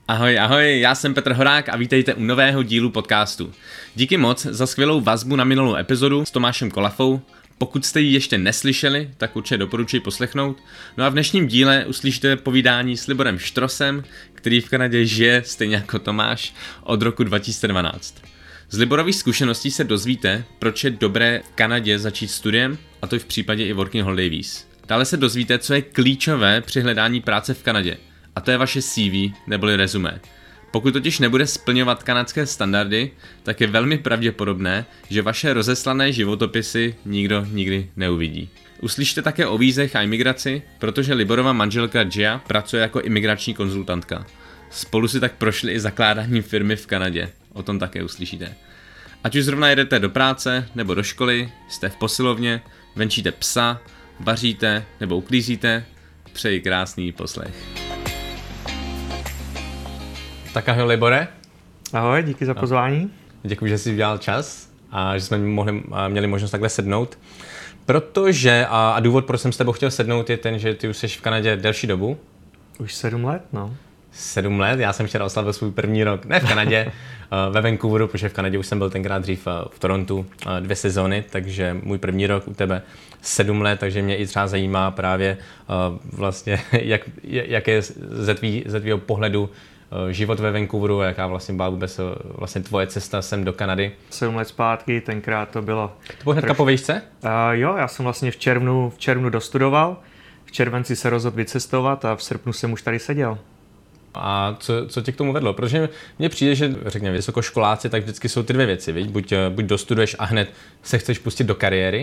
Ahoj, já jsem Petr Horák a vítejte u nového dílu podcastu. Díky moc za skvělou vazbu na minulou epizodu s Tomášem Kolafou. Pokud jste ji ještě neslyšeli, tak určitě doporučuji poslechnout. No a v dnešním díle uslyšíte povídání s Liborem Štrosem, který v Kanadě žije, stejně jako Tomáš, od roku 2012. Z Liborových zkušeností se dozvíte, proč je dobré v Kanadě začít studiem, a to i v případě i Working Holiday Víz. Dále se dozvíte, co je klíčové při hledání práce v Kanadě, a to je vaše CV neboli rezumé. Pokud totiž nebude splňovat kanadské standardy, tak je velmi pravděpodobné, že vaše rozeslané životopisy nikdo nikdy neuvidí. Uslyšte také o vízech a imigraci, protože Liborova manželka Gia pracuje jako imigrační konzultantka. Spolu si tak prošli i zakládáním firmy v Kanadě, o tom také uslyšíte. Ať už zrovna jedete do práce nebo do školy, jste v posilovně, venčíte psa, vaříte nebo uklízíte, přeji krásný poslech. Tak ahoj Libore. Ahoj, díky za pozvání. Děkuji, že jsi udělal čas a že jsme měli možnost takhle sednout. Protože, a důvod, proč jsem s tebou chtěl sednout, je ten, že ty už jsi v Kanadě delší dobu. Už 7 let, no. 7 let, já jsem včera oslavil svůj první rok, ne v Kanadě, ve Vancouveru, protože v Kanadě už jsem byl tenkrát dřív v Torontu 2 sezóny, takže můj první rok u tebe 7 let, takže mě i třeba zajímá právě vlastně, jak je ze tvýho pohledu život ve Vancouveru a jaká vlastně byla vůbec vlastně tvoje cesta sem do Kanady. 7 let zpátky, tenkrát to bylo... To bylo hnedka po výšce? Jo, já jsem vlastně v červnu dostudoval, v červenci se rozhodl vycestovat a v srpnu jsem už tady seděl. A co tě k tomu vedlo? Protože mně přijde, že řekněme vysokoškoláci, tak vždycky jsou ty dvě věci, viď? Buď dostuduješ a hned se chceš pustit do kariéry,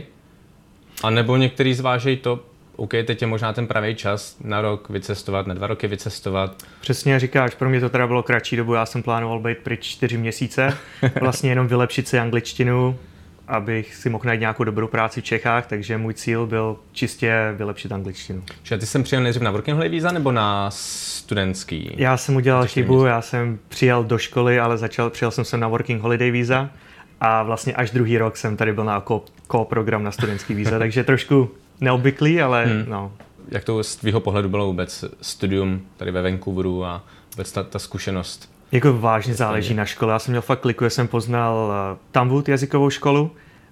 anebo některý zvážejí to, OK, teď je možná ten pravý čas na rok vycestovat, na 2 roky vycestovat. Přesně říkáš, pro mě to teda bylo kratší dobu, já jsem plánoval být pryč 4 měsíce, vlastně jenom vylepšit si angličtinu, abych si mohl najít nějakou dobrou práci v Čechách, takže můj cíl byl čistě vylepšit angličtinu. Ty jsem přijel nejdřív na Working Holiday víza nebo na studentský? Já jsem udělal chybu, já jsem přijel do školy, ale přijel jsem sem na Working Holiday víza a vlastně až druhý rok jsem tady byl na program na studentský víza, takže trošku neobvyklý, ale no. Jak to z tvýho pohledu bylo vůbec studium tady ve Vancouveru a vůbec ta zkušenost? Jako vážně záleží na škole. Já jsem měl fakt kliku, jsem poznal Tamwood jazykovou školu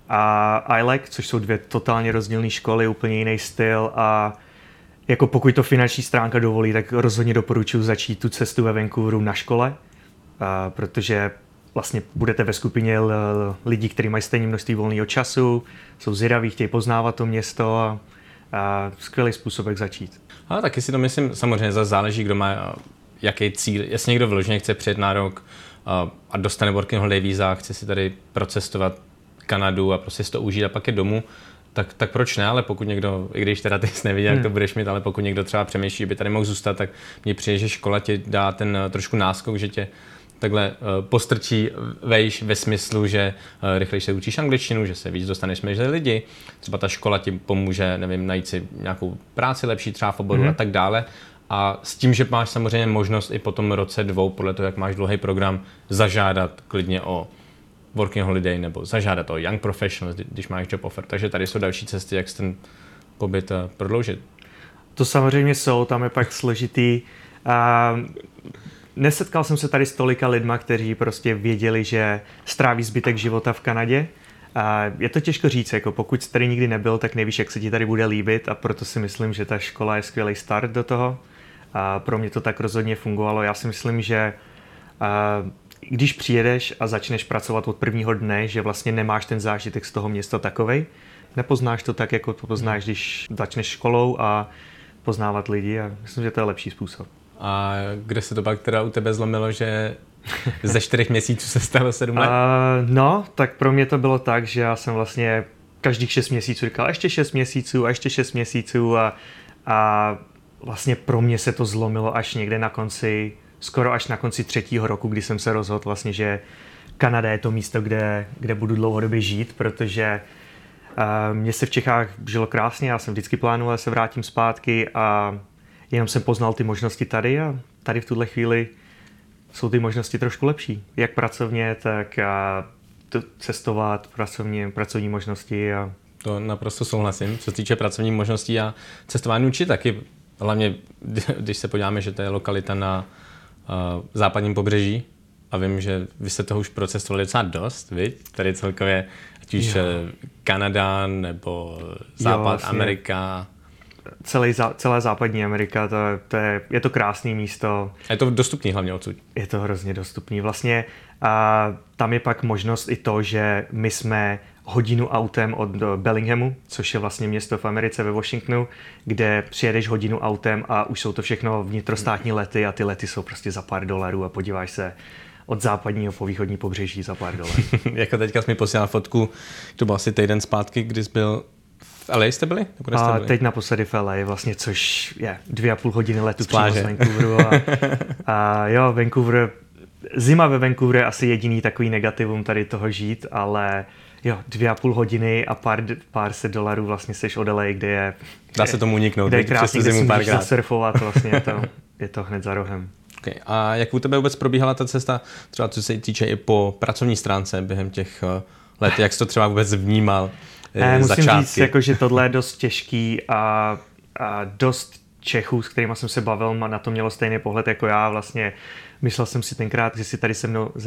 a ILEC, což jsou 2 totálně rozdílné školy, úplně jiný styl a jako pokud to finanční stránka dovolí, tak rozhodně doporučuji začít tu cestu ve Vancouveru na škole, protože vlastně budete ve skupině lidí, kteří mají stejné množství volného času, jsou zvědaví, chtějí poznávat to město a skvělý způsob, jak začít. Ale taky si to myslím, samozřejmě zase záleží, kdo má jaký cíl. Jestli někdo vyloženě chce přijet na rok a dostane Working Holiday víza, chce si tady procestovat Kanadu a prostě si to užít a pak je domů, tak proč ne, ale pokud někdo, i když teda ty jsi neviděl, jak to budeš mít, ale pokud někdo třeba přemýšlí, že by tady mohl zůstat, tak mně přijde, že škola ti dá ten trošku náskok, že tě takhle postrčí vejš ve smyslu, že rychleji se učíš angličtinu, že se víc dostaneš mezi lidi, třeba ta škola ti pomůže, nevím, najít si nějakou práci lepší třeba v oboru a tak dále. A s tím, že máš samozřejmě možnost i po tom roce 2, podle toho, jak máš dlouhý program, zažádat klidně o Working Holiday nebo zažádat o Young Professionals, když máš job offer. Takže tady jsou další cesty, jak ten pobyt prodloužit. To samozřejmě jsou, tam je pak složitý. Nesetkal jsem se tady s tolika lidma, kteří prostě věděli, že stráví zbytek života v Kanadě. Je to těžko říct, jako pokud jsi tady nikdy nebyl, tak nevíš, jak se ti tady bude líbit a proto si myslím, že ta škola je skvělý start do toho. Pro mě to tak rozhodně fungovalo. Já si myslím, že když přijedeš a začneš pracovat od prvního dne, že vlastně nemáš ten zážitek z toho města takovej, nepoznáš to tak, jako to poznáš, když začneš školou a poznávat lidi a myslím, že to je lepší způsob. A kde se to pak teda u tebe zlomilo, že ze 4 měsíců se stalo 7 let? No, tak pro mě to bylo tak, že já jsem vlastně každých 6 měsíců říkal ještě 6 měsíců a ještě 6 měsíců a vlastně pro mě se to zlomilo až někde na konci, skoro až na konci 3. roku, kdy jsem se rozhodl vlastně, že Kanada je to místo, kde budu dlouhodobě žít, protože mně se v Čechách žilo krásně, já jsem vždycky plánoval, že se vrátím zpátky a jenom jsem poznal ty možnosti tady a tady v tuhle chvíli jsou ty možnosti trošku lepší. Jak pracovně, tak cestovat, pracovní možnosti. To naprosto souhlasím. Co se týče pracovních možností a cestování určitě taky. Hlavně, když se podíváme, že to je lokalita na západním pobřeží a vím, že vy jste toho už procestovali docela dost, viď? Tady celkově, ať už Kanada nebo Západ, Amerika. Celá západní Amerika, je to krásné místo. A je to dostupný hlavně odsud. Je to hrozně dostupný. Vlastně a tam je pak možnost i to, že my jsme hodinu autem od Bellinghamu, což je vlastně město v Americe ve Washingtonu, kde přijedeš hodinu autem a už jsou to všechno vnitrostátní lety a ty lety jsou prostě za pár dolarů a podíváš se od západního po východní pobřeží za pár dolarů. Jako teďka jsi mi posílal fotku, to byl asi týden zpátky, kdy jsi byl v LA jste byli? A teď naposledy v LA, vlastně, což je 2,5 hodiny letu přímo z Vancouveru. A jo, Vancouver, zima ve Vancouveru je asi jediný takový negativum tady toho žít, ale jo, 2,5 hodiny a pár set dolarů vlastně seš od LA, kde je... Dá se tomu uniknout. Kde je krásný, kde si můžeš zasurfovat, vlastně je to hned za rohem. Okay. A jak u tebe vůbec probíhala ta cesta, třeba co se týče i po pracovní stránce během těch let, jak jsi to třeba vůbec vnímal? Musím říct, jako, že tohle je dost těžký a dost Čechů, s kterými jsem se bavil, na to mělo stejný pohled jako já. Vlastně myslel jsem si tenkrát, že si tady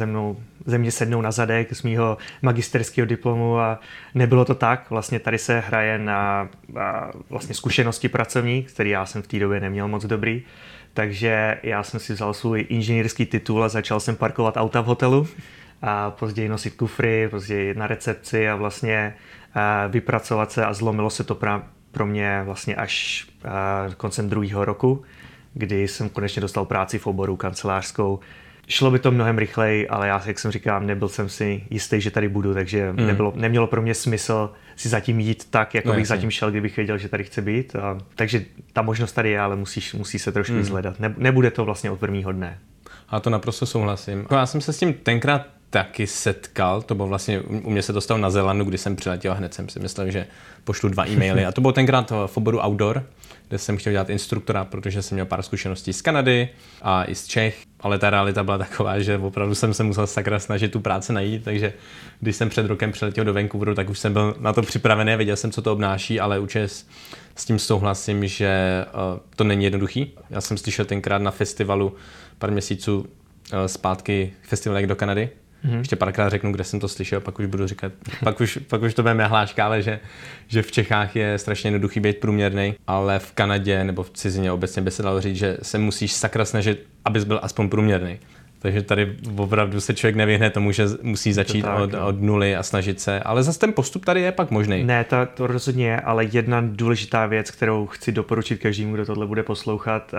ze mě sednou na zadek z mýho magisterského diplomu a nebylo to tak. Vlastně tady se hraje na vlastně zkušenosti pracovní, který já jsem v té době neměl moc dobrý. Takže já jsem si vzal svůj inženýrský titul a začal jsem parkovat auta v hotelu a později nosit kufry, později na recepci a vlastně vypracovat se a zlomilo se to pro mě vlastně až koncem 2. roku, kdy jsem konečně dostal práci v oboru kancelářskou. Šlo by to mnohem rychleji, ale já, jak jsem říkal, nebyl jsem si jistý, že tady budu, takže nemělo pro mě smysl si zatím jít tak, jako bych zatím šel, kdybych věděl, že tady chci být. Takže ta možnost tady je, ale musí se trošku zhledat. Nebude to vlastně od prvního dne. A to naprosto souhlasím. Já jsem se s tím tenkrát taky setkal, to bylo vlastně, u mě se dostal na Zélandu, kdy jsem přiletěl a hned jsem si myslel, že pošlu 2 e-maily a to bylo tenkrát v oboru outdoor, kde jsem chtěl dělat instruktora, protože jsem měl pár zkušeností z Kanady a i z Čech, ale ta realita byla taková, že opravdu jsem se musel sakra snažit tu práci najít, takže když jsem před rokem přiletěl do Vancouveru, tak už jsem byl na to připravený, věděl jsem, co to obnáší, ale určitě s tím souhlasím, že to není jednoduchý. Já jsem slyšel tenkrát na festivalu pár měsíců zpátky festivalek do Kanady. Ještě párkrát řeknu, kde jsem to slyšel, pak už budu říkat, pak už to bude mé hláška, ale že v Čechách je strašně jednoduchý být průměrný, ale v Kanadě nebo v cizině obecně by se dalo říct, že se musíš sakra snažit, abys byl aspoň průměrný. Takže tady opravdu se člověk nevyhne tomu, že musí začít od nuly a snažit se, ale zase ten postup tady je pak možný. Ne, to rozhodně je, ale jedna důležitá věc, kterou chci doporučit každému, kdo tohle bude poslouchat,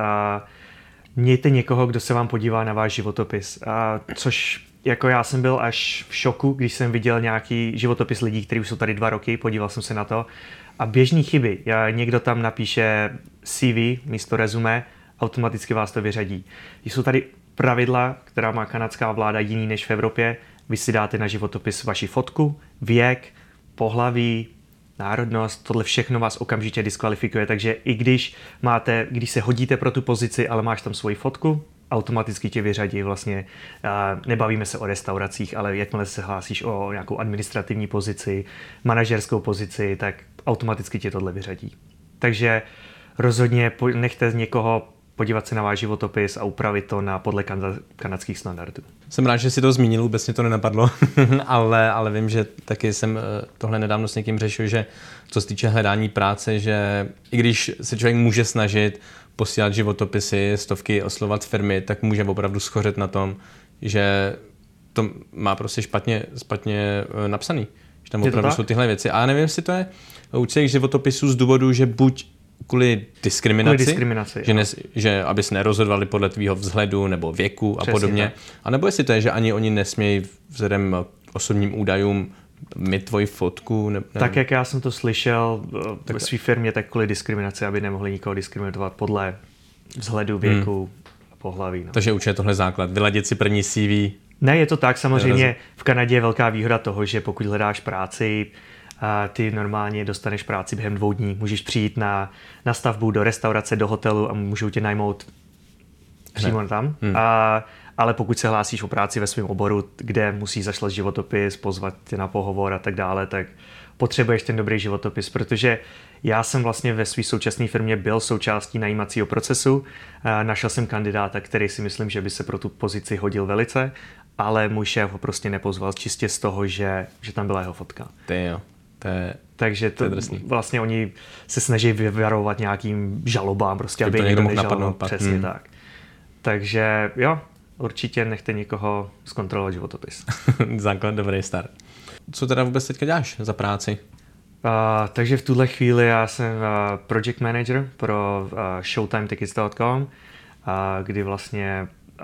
mějte někoho, kdo se vám podívá na váš životopis, což jako já jsem byl až v šoku, když jsem viděl nějaký životopis lidí, kteří už jsou tady 2 roky, podíval jsem se na to a běžný chyby. Někdo tam napíše CV místo rezume, automaticky vás to vyřadí. Jsou tady pravidla, která má kanadská vláda jiný než v Evropě. Vy si dáte na životopis vaši fotku, věk, pohlaví, národnost, tohle všechno vás okamžitě diskvalifikuje, takže i když se hodíte pro tu pozici, ale máš tam svoji fotku, automaticky tě vyřadí vlastně. Nebavíme se o restauracích, ale jakmile se hlásíš o nějakou administrativní pozici, manažerskou pozici, tak automaticky tě tohle vyřadí. Takže rozhodně nechte někoho podívat se na váš životopis a upravit to podle kanadských standardů. Jsem rád, že si to zmínil, vůbec mě to nenapadlo, ale vím, že taky jsem tohle nedávno s někým řešil, že co se týče hledání práce, že i když se člověk může snažit posílat životopisy, stovky oslovovat firmy, tak může opravdu schořet na tom, že to má prostě špatně napsaný. Že tam opravdu jsou tyhle věci. A nevím, jestli to je u těch životopisů z důvodu, že buď kvůli diskriminaci že abys nerozhodovali podle tvýho vzhledu nebo věku a podobně. Tak. A nebo jestli to je, že ani oni nesmějí vzhledem k osobním údajům mít tvoji fotku. Tak jak já jsem to slyšel ve své firmě, tak kvůli diskriminaci, aby nemohli nikoho diskriminovat podle vzhledu, věku a pohlaví. No. Takže určitě tohle základ. Vyladit si první CV. Ne, je to tak. Samozřejmě v Kanadě je velká výhoda toho, že pokud hledáš práci, ty normálně dostaneš práci během 2 dní. Můžeš přijít na stavbu, do restaurace, do hotelu a můžou tě najmout přímo tam. Ale pokud se hlásíš o práci ve svém oboru, kde musíš zašlat životopis, pozvat tě na pohovor a tak dále, tak potřebuješ ten dobrý životopis, protože já jsem vlastně ve své současné firmě byl součástí najímacího procesu, našel jsem kandidáta, který si myslím, že by se pro tu pozici hodil velice, ale můj šéf ho prostě nepozval čistě z toho, že tam byla jeho fotka. Takže to vlastně oni se snaží vyvarovat nějakým žalobám, prostě, aby někdo nežaloval. Přesně tak. Takže jo, určitě nechte nikoho zkontrolovat životopis. Základ, dobrý start. Co teda vůbec teďka děláš za práci? Takže v tuhle chvíli já jsem project manager pro showtimetickets.com, kdy vlastně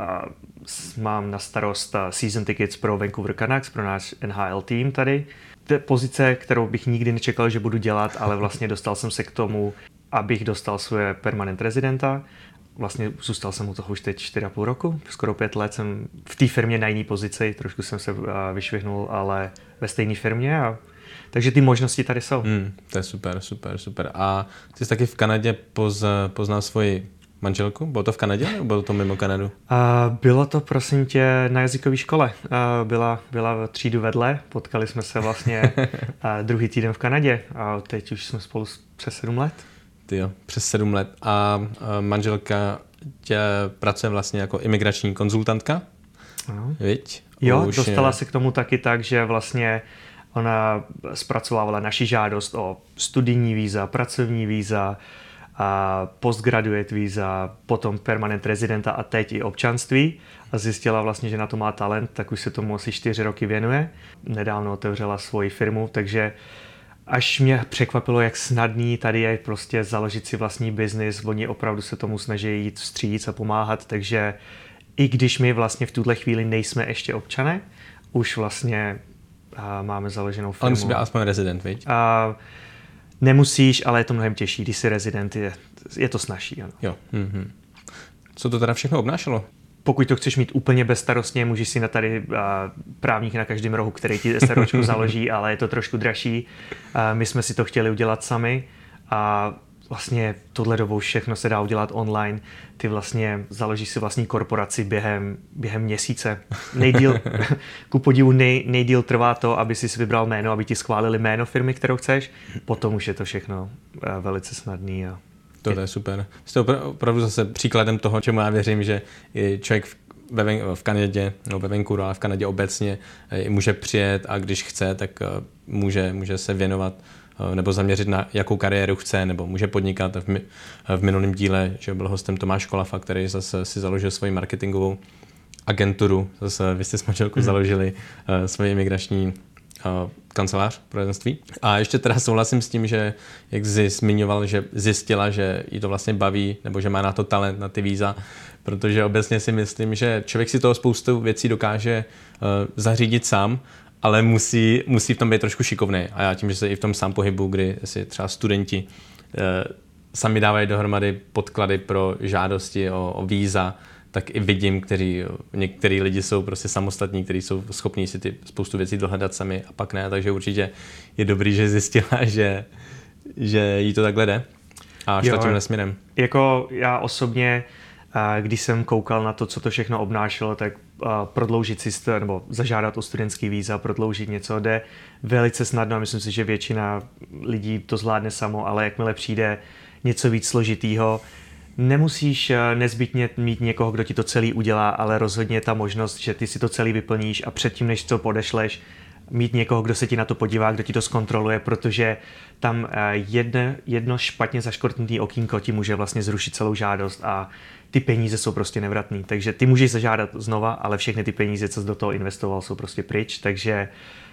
mám na starost season tickets pro Vancouver Canucks, pro náš NHL tým tady. To je pozice, kterou bych nikdy nečekal, že budu dělat, ale vlastně dostal jsem se k tomu, abych dostal svoje permanent rezidenta. Vlastně zůstal jsem u toho už teď 4,5 roku, skoro 5 let jsem v té firmě na jiný pozici, trošku jsem se vyšvihnul, ale ve stejné firmě. Takže ty možnosti tady jsou. To je super. A ty jsi taky v Kanadě poznal svoji manželku? Bylo to v Kanadě nebo bylo to mimo Kanadu? Bylo to, prosím tě, na jazykové škole. Byla v třídu vedle, potkali jsme se vlastně druhý týden v Kanadě a teď už jsme spolu přes 7 let. Tyjo, přes 7 let. A manželka tě pracuje vlastně jako imigrační konzultantka? Viď? Jo, dostala se k tomu taky tak, že vlastně ona zpracovávala naši žádost o studijní víza, pracovní víza, a postgraduate víza, potom permanent rezidenta a teď i občanství a zjistila vlastně, že na to má talent, tak už se tomu asi 4 roky věnuje. Nedávno otevřela svoji firmu, takže až mě překvapilo, jak snadný tady je prostě založit si vlastní biznis, oni opravdu se tomu snaží jít vstříc a pomáhat, takže i když my vlastně v tuhle chvíli nejsme ještě občané, už vlastně máme založenou firmu. Ale musí být aspoň rezident, viď? Nemusíš, ale je to mnohem těžší, když jsi rezident, je to snazší. Ano. Jo. Co to teda všechno obnášelo? Pokud to chceš mít úplně bezstarostně, můžeš si na tady právník na každém rohu, který ti SROčku založí, ale je to trošku dražší. My jsme si to chtěli udělat sami a vlastně tohle dobou všechno se dá udělat online. Ty vlastně založíš si vlastní korporaci během měsíce. Ku podivu nejdýl trvá to, aby si vybral jméno, aby ti schválili jméno firmy, kterou chceš. Potom už je to všechno velice snadný. To je super. Jste opravdu zase příkladem toho, čemu já věřím, že člověk v Kanadě, no ve Vancouveru, ale v Kanadě obecně může přijet a když chce, tak může se věnovat nebo zaměřit na jakou kariéru chce, nebo může podnikat. V minulém díle, že byl hostem Tomáš Kolafa, který zase si založil svoji marketingovou agenturu. Zase vy jste s manželkou založili svoji imigrační kancelář poradenství. A ještě teda souhlasím s tím, že jak jsi zmiňoval, že zjistila, že jí to vlastně baví, nebo že má na to talent, na ty víza, protože obecně si myslím, že člověk si toho spoustu věcí dokáže zařídit sám, ale musí v tom být trošku šikovný. A já tím, že se i v tom sám pohybu, kdy si třeba studenti sami dávají dohromady podklady pro žádosti o víza, tak i vidím, některý lidi jsou prostě samostatní, kteří jsou schopní si spoustu věcí dohledat sami a pak ne, takže určitě je dobrý, že zjistila, že jí to takhle jde a šla tímhle směrem. Jako já osobně, když jsem koukal na to, co to všechno obnášelo, tak prodloužit si nebo zažádat o studentský víza, prodloužit něco jde velice snadno a myslím si, že většina lidí to zvládne samo, ale jakmile přijde něco víc složitýho, nemusíš nezbytně mít někoho, kdo ti to celý udělá, ale rozhodně ta možnost, že ty si to celý vyplníš a předtím, než to podešleš, mít někoho, kdo se ti na to podívá, kdo ti to zkontroluje, protože tam jedno špatně zaškrtnutý okýnko ti může vlastně zrušit celou žádost a ty peníze jsou prostě nevratný. Takže ty můžeš zažádat znova, ale všechny ty peníze, co jsi do toho investoval, jsou prostě pryč, takže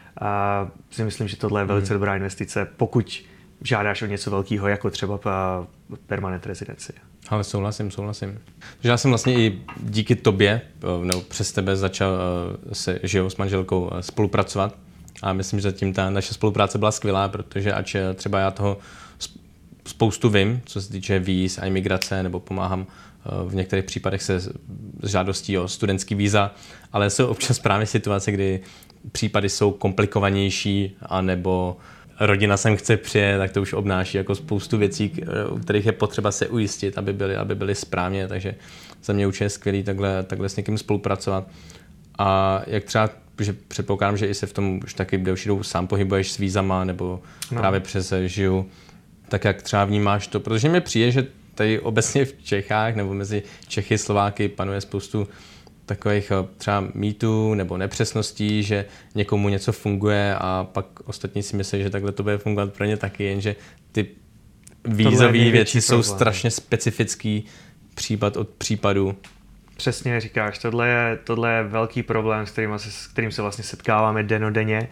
si myslím, že tohle je velice dobrá investice, pokud žádáš o něco velkého, jako třeba permanent rezidenci. Ale souhlasím. Takže já jsem vlastně i díky tobě, nebo přes tebe začal se Žijou s manželkou spolupracovat a myslím, že zatím ta naše spolupráce byla skvělá, protože ač třeba já toho spoustu vím, co se týče víz a imigrace, nebo pomáhám v některých případech se s žádostí o studentský víza, ale jsou občas právě situace, kdy případy jsou komplikovanější, anebo rodina sem chce přijet, tak to už obnáší jako spoustu věcí, u kterých je potřeba se ujistit, aby byly správně, takže za mě určitě je skvělý takhle s někým spolupracovat. A jak třeba že předpokládám, že i se v tom už taky delší dobu sám pohybuješ s vízama nebo právě přes Žiju, tak jak třeba vnímáš to, protože mi přijde, že tady obecně v Čechách nebo mezi Čechy, Slováky panuje spoustu takových třeba mýtů nebo nepřesností, že někomu něco funguje a pak ostatní si myslí, že takhle to bude fungovat pro ně taky, jenže ty vízové věci jsou strašně specifický případ od případu. Přesně říkáš, tohle je velký problém, s kterým se vlastně setkáváme dennodenně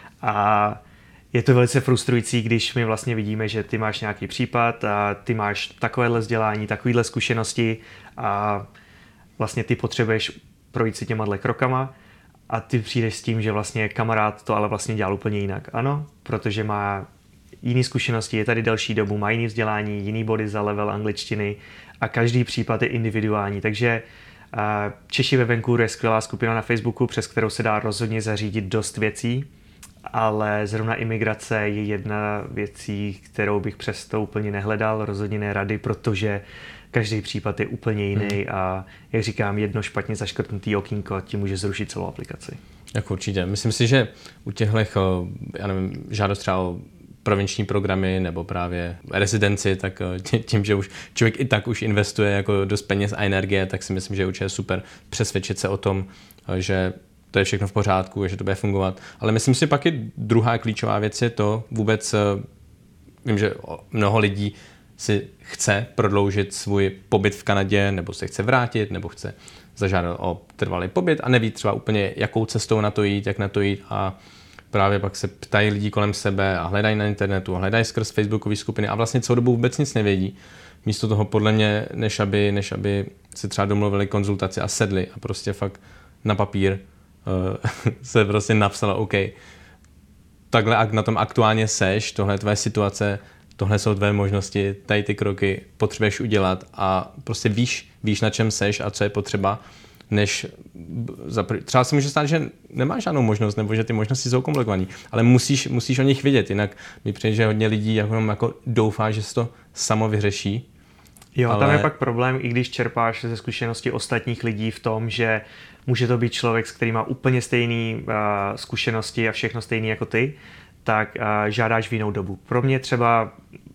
a je to velice frustrující, když my vlastně vidíme, že ty máš nějaký případ a ty máš takovéhle vzdělání, takovéhle zkušenosti a vlastně ty potřebuješ projít si těma krokama a ty přijdeš s tím, že vlastně kamarád to ale vlastně dělal úplně jinak. Ano, protože má jiné zkušenosti, je tady delší dobu, má jiný vzdělání, jiný body za level angličtiny a každý případ je individuální. Takže Češi ve Vancouveru je skvělá skupina na Facebooku, přes kterou se dá rozhodně zařídit dost věcí, ale zrovna imigrace je jedna věcí, kterou bych přesto úplně nehledal, rozhodně ne rady, protože každý případ je úplně jiný a jak říkám, jedno špatně zaškrtnutý okýnko ti může zrušit celou aplikaci. Jak určitě. Myslím si, že u těchto, já nevím, žádost třeba o provinční programy nebo právě rezidenci, tak tím, že už člověk i tak už investuje jako dost peněz a energie, tak si myslím, že je určitě super přesvědčit se o tom, že to je všechno v pořádku, že to bude fungovat. Ale myslím si pak i druhá klíčová věc je to vůbec, vím, že mnoho lidí si chce prodloužit svůj pobyt v Kanadě, nebo se chce vrátit, nebo chce zažádat o trvalý pobyt a neví třeba úplně, jakou cestou na to jít, jak na to jít a právě pak se ptají lidi kolem sebe a hledají na internetu, a hledají skrz facebookové skupiny a vlastně celou dobu vůbec nic nevědí. Místo toho podle mě, než aby si třeba domluvili konzultaci a sedli a prostě fakt na papír se prostě napsalo OK, takhle na tom aktuálně seš, tohle je tvoje situace, tohle jsou tvé možnosti, tady ty kroky potřebuješ udělat a prostě víš na čem seš a co je potřeba, než třeba se může stát, že nemáš žádnou možnost, nebo že ty možnosti jsou komplikované, ale musíš o nich vědět, jinak mi přijde, že hodně lidí jako doufá, že se to samo vyřeší. Jo, ale tam je pak problém, i když čerpáš ze zkušenosti ostatních lidí v tom, že může to být člověk, který má úplně stejné zkušenosti a všechno stejné jako ty, tak žádáš v jinou dobu. Pro mě třeba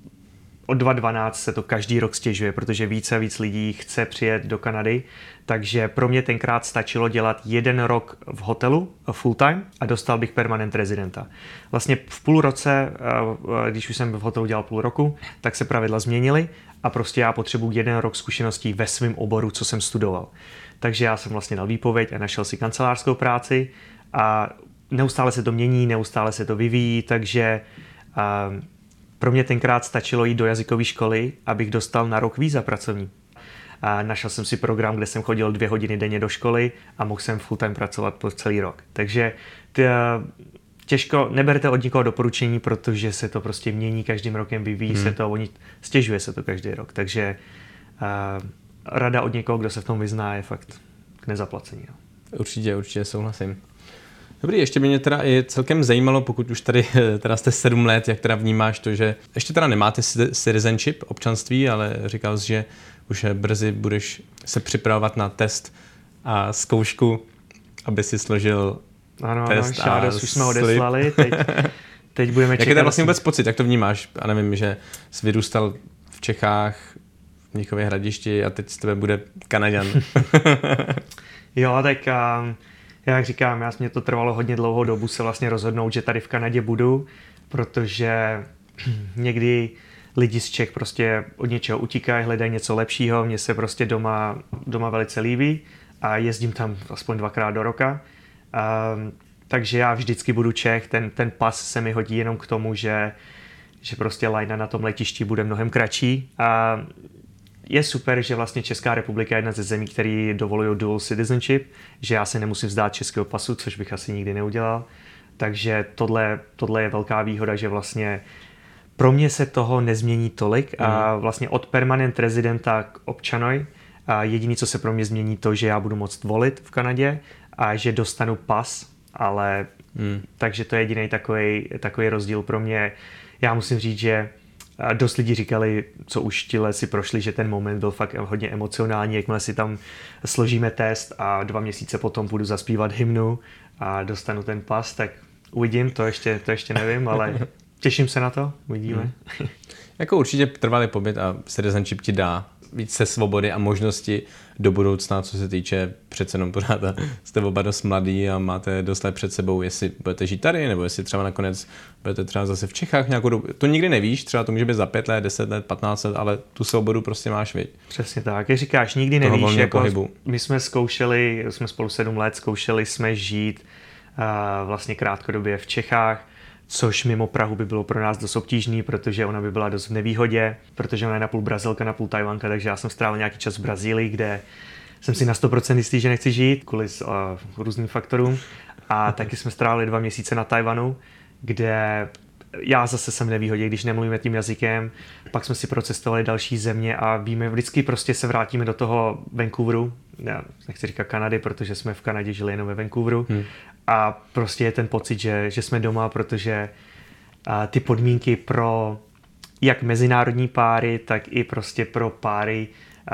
od 2012 se to každý rok stěžuje, protože více a víc lidí chce přijet do Kanady, takže pro mě tenkrát stačilo dělat 1 rok v hotelu full time a dostal bych permanent rezidenta. Vlastně v půl roce, když už jsem v hotelu dělal půl roku, tak se pravidla změnily a prostě já potřebuji 1 rok zkušeností ve svém oboru, co jsem studoval. Takže já jsem vlastně dal výpověď a našel si kancelářskou práci a neustále se to mění, neustále se to vyvíjí, takže pro mě tenkrát stačilo jít do jazykové školy, abych dostal na rok víza pracovní. A našel jsem si program, kde jsem chodil 2 hodiny denně do školy a mohl jsem full time pracovat po celý rok. Takže těžko, neberte od nikoho doporučení, protože se to prostě mění každým rokem, vyvíjí se to, stěžuje se to každý rok. Takže rada od někoho, kdo se v tom vyzná, je fakt k nezaplacení. No. Určitě souhlasím. Dobrý, ještě mě teda i celkem zajímalo, pokud už tady teda jste 7 let, jak teda vnímáš to, že ještě teda nemáte citizenship, občanství, ale říkal jsi, že už budeš budeš se připravovat na test a zkoušku, aby si složil test a žádost už jsme odeslali, teď budeme čekat. Jak je to vlastně vůbec pocit, jak to vnímáš? A nevím, že jsi vyrůstal v Čechách, v Mnichově Hradišti a teď z tebe bude Kanaďan. Jo, tak jak říkám, mě to trvalo hodně dlouhou dobu se vlastně rozhodnout, že tady v Kanadě budu, protože někdy lidi z Čech prostě od něčeho utíkají, hledají něco lepšího, mně se prostě doma velice líbí a jezdím tam aspoň 2krát do roka. Takže já vždycky budu Čech, ten pas se mi hodí jenom k tomu, že prostě lajna na tom letišti bude mnohem kratší. A je super, že vlastně Česká republika je jedna ze zemí, které dovolují dual citizenship, že já se nemusím vzdát českého pasu, což bych asi nikdy neudělal. Takže tohle je velká výhoda, že vlastně pro mě se toho nezmění tolik a vlastně od permanent rezidenta k občanoj a jediné, co se pro mě změní, to, že já budu moct volit v Kanadě a že dostanu pas, ale takže to je jediný takový rozdíl pro mě. Já musím říct, že A dost lidí říkali, co už tíhle si prošli, že ten moment byl fakt hodně emocionální, jakmile si tam složíme test a 2 měsíce potom budu zaspívat hymnu a dostanu ten pas, tak uvidím, to ještě nevím, ale těším se na to, uvidíme. Jako určitě trvalý pobyt a citizenship ti dá více svobody a možnosti do budoucna, co se týče přece jenom pořád. Jste oba dost mladí a máte dost let před sebou, jestli budete žít tady, nebo jestli třeba nakonec budete třeba zase v Čechách nějakou dobu. To nikdy nevíš, třeba to může být za 5 let, 10 let, 15 let, ale tu svobodu prostě máš, viď? Přesně tak, jak říkáš, nikdy nevíš, jako my jsme spolu 7 let, zkoušeli jsme žít vlastně krátkodobě v Čechách, což mimo Prahu by bylo pro nás dost obtížný, protože ona by byla dost v nevýhodě, protože ona je napůl Brazilka, napůl Tajvanka, takže já jsem strávil nějaký čas v Brazílii, kde jsem si na 100% jistý, že nechci žít kvůli různým faktorům. A taky jsme strávili 2 měsíce na Tajvanu, kde já zase jsem v nevýhodě, když nemluvíme tím jazykem. Pak jsme si procestovali další země a víme, vždycky prostě se vrátíme do toho Vancouveru. Já nechci říkat Kanady, protože jsme v Kanadě žili jenom ve Vancouveru. A prostě je ten pocit, že jsme doma, protože ty podmínky pro jak mezinárodní páry, tak i prostě pro páry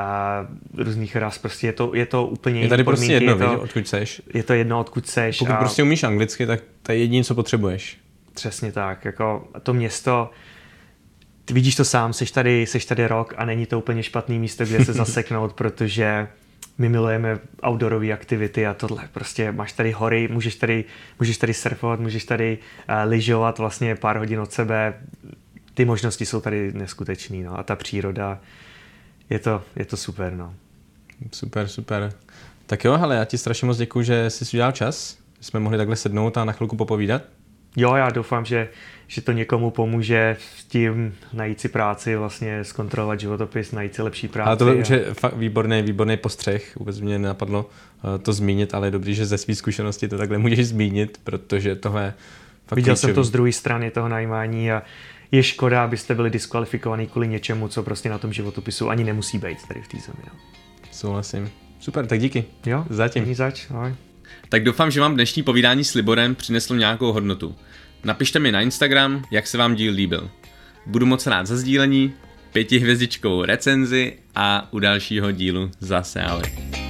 různých ras, prostě je to úplně jiné podmínky. Je tady prostě jedno, odkud seš. Je to jedno, odkud seš. Pokud prostě umíš anglicky, tak to je jediné, co potřebuješ. Přesně tak, jako to město, ty vidíš to sám, seš tady rok a není to úplně špatný místo, kde se zaseknout, protože my milujeme outdoorové aktivity a tohle. Prostě máš tady hory, můžeš tady surfovat, můžeš tady lyžovat vlastně pár hodin od sebe. Ty možnosti jsou tady neskutečný, no. A ta příroda, je to super, no. Super. Tak jo, hele, já ti strašně moc děkuju, že jsi udělal čas. Jsme mohli takhle sednout a na chvilku popovídat. Jo, já doufám, že to někomu pomůže s tím najít si práci, vlastně zkontrolovat životopis, najít si lepší práci. Ale to už je fakt výborný postřeh, vůbec mě nenapadlo to zmínit, ale je dobrý, že ze svý zkušenosti to takhle můžeš zmínit, protože tohle fakt viděl jsem to z druhé strany toho najímání a je škoda, abyste byli diskvalifikovaní kvůli něčemu, co prostě na tom životopisu ani nemusí být tady v té zemi. No. Souhlasím. Super, tak díky. Jo, zatím. Ahoj. Tak doufám, že vám dnešní povídání s Liborem přineslo nějakou hodnotu. Napište mi na Instagram, jak se vám díl líbil. Budu moc rád za sdílení, 5hvězdičkovou recenzi a u dalšího dílu zase ahoj.